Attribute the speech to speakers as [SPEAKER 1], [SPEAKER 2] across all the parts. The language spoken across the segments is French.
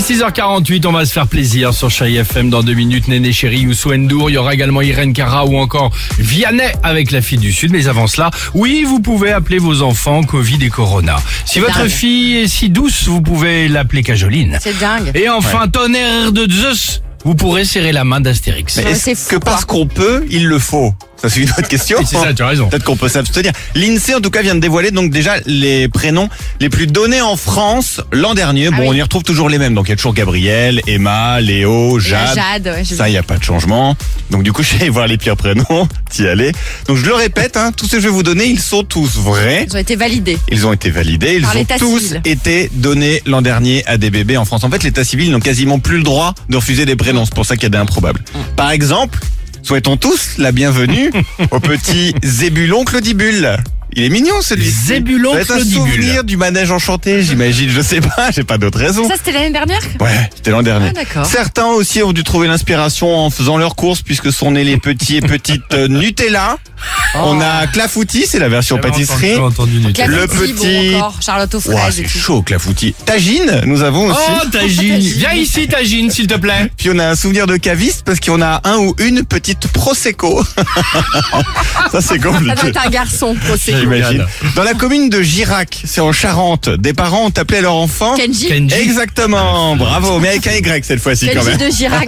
[SPEAKER 1] 6h48, on va se faire plaisir sur Chérie FM dans 2 minutes. Néné Chéri, Youssou N'Dour, il y aura également Irène Cara ou encore Vianney avec la fille du Sud. Mais avant cela, oui, vous pouvez appeler vos enfants Covid et Corona. Si votre
[SPEAKER 2] dingue.
[SPEAKER 1] fille est si douce, vous pouvez l'appeler Cajoline.
[SPEAKER 2] C'est dingue.
[SPEAKER 1] Et enfin, tonnerre de Zeus, vous pourrez serrer la main d'Astérix.
[SPEAKER 2] Mais
[SPEAKER 3] Est-ce
[SPEAKER 2] c'est
[SPEAKER 3] que
[SPEAKER 2] fou,
[SPEAKER 3] parce qu'on peut, il le faut? Ça c'est une autre question.
[SPEAKER 1] Oui, c'est ça, tu as raison.
[SPEAKER 3] Peut-être qu'on peut s'abstenir. L'INSEE en tout cas vient de dévoiler donc déjà les prénoms les plus donnés en France l'an dernier. Bon,
[SPEAKER 2] oui.
[SPEAKER 3] on y retrouve toujours les mêmes. Donc il y a toujours Gabriel, Emma, Léo, Jade.
[SPEAKER 2] Jade, ouais, j'ai
[SPEAKER 3] Ça,
[SPEAKER 2] vu.
[SPEAKER 3] il n'y a pas de changement. Donc du coup, je suis allé voir les pires prénoms. T'y allais. Donc je le répète, tous ceux que je vais vous donner, ils sont tous vrais.
[SPEAKER 2] Ils ont été validés.
[SPEAKER 3] Ils ont été validés. Ils
[SPEAKER 2] Par
[SPEAKER 3] ont
[SPEAKER 2] l'état
[SPEAKER 3] tous
[SPEAKER 2] civil.
[SPEAKER 3] été donnés l'an dernier à des bébés en France. En fait, l'état civil n'ont quasiment plus le droit de refuser des prénoms. C'est pour ça qu'il y a des improbables. Par exemple, souhaitons tous la bienvenue au petit Zébulon Claudibule. Il est mignon celui-ci.
[SPEAKER 1] Zébulon
[SPEAKER 3] Ça va être un
[SPEAKER 1] Claudibule.
[SPEAKER 3] souvenir du manège enchanté, j'imagine. Je sais pas, j'ai pas d'autre raison.
[SPEAKER 2] Ça, c'était l'année dernière?
[SPEAKER 3] Ouais, c'était l'an dernier.
[SPEAKER 2] Ah, d'accord.
[SPEAKER 3] Certains aussi ont dû trouver l'inspiration en faisant leurs courses puisque sont nés les petits et petites Nutella. On a Clafoutis, c'est la version pâtisserie.
[SPEAKER 1] Entendu Nutella.
[SPEAKER 3] Le
[SPEAKER 2] Clafoutis,
[SPEAKER 3] petit-
[SPEAKER 2] bon encore, Charlotte aux
[SPEAKER 3] Ouah,
[SPEAKER 2] fraises et
[SPEAKER 3] c'est
[SPEAKER 2] tout.
[SPEAKER 3] chaud, Clafoutis. Tagine, nous avons aussi.
[SPEAKER 1] Oh, Tagine. Viens ici, Tagine, s'il te plaît.
[SPEAKER 3] Puis on a un souvenir de caviste parce qu'on a un ou une petite Prosecco. Ça c'est
[SPEAKER 2] Ça doit
[SPEAKER 3] compliqué.
[SPEAKER 2] être un garçon, Prosecco.
[SPEAKER 3] J'imagine. Dans la commune de Girac, c'est en Charente, des parents ont appelé leur enfant.
[SPEAKER 2] Kenji.
[SPEAKER 1] Kenji.
[SPEAKER 3] Exactement, bravo, mais avec un Y cette fois-ci quand
[SPEAKER 2] Kenji
[SPEAKER 3] même.
[SPEAKER 2] de Girac.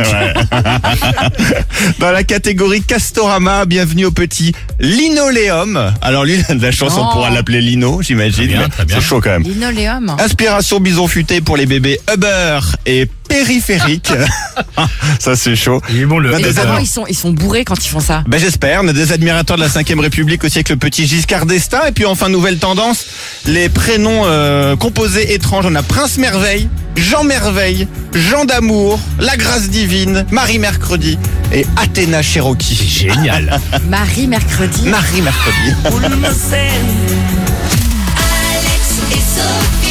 [SPEAKER 3] Dans la catégorie Castorama, bienvenue au petit Linoléum. Alors lui, il a de la chance, on
[SPEAKER 2] Oh.
[SPEAKER 3] pourra l'appeler Lino, j'imagine.
[SPEAKER 1] Très bien,
[SPEAKER 3] mais
[SPEAKER 1] très bien.
[SPEAKER 3] C'est chaud quand même.
[SPEAKER 2] Linoléum.
[SPEAKER 3] Inspiration bison futé pour les bébés Uber et périphérique. Ça c'est chaud.
[SPEAKER 1] Il est bon le.
[SPEAKER 3] Bah,
[SPEAKER 2] Et
[SPEAKER 3] des
[SPEAKER 2] vraiment,
[SPEAKER 3] années.
[SPEAKER 2] ils sont bourrés quand ils font ça.
[SPEAKER 3] Ben j'espère, on a des admirateurs de la 5ème République aussi avec le petit Giscard d'Estaing. Et puis enfin, nouvelle tendance, les prénoms composés étranges. On a Prince Merveille, Jean Merveille, Jean d'Amour, La Grâce Divine, Marie Mercredi et Athéna Cherokee.
[SPEAKER 1] Génial.
[SPEAKER 2] Marie, mercredi.
[SPEAKER 3] Marie Mercredi.
[SPEAKER 4] Alex et Sophie.